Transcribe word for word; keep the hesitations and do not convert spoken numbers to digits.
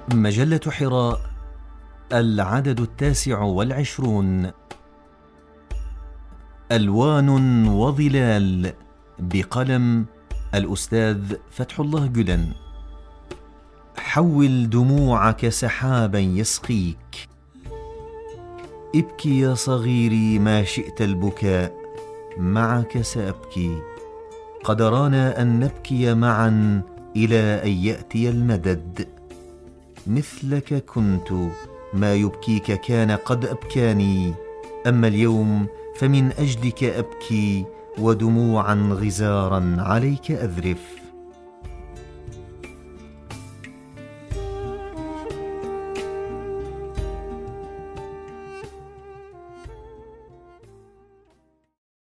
مجلة حراء، العدد التاسع والعشرون. ألوان وظلال، بقلم الأستاذ فتح الله جلن. حول دموعك سحابا يسقيك، ابكي يا صغيري ما شئت البكاء، معك سأبكي. قد أرانا أن نبكي معا إلى أن يأتي المدد. مثلك كنت، ما يبكيك كان قد أبكاني، أما اليوم فمن أجلك أبكي، ودموعا غزارا عليك أذرف.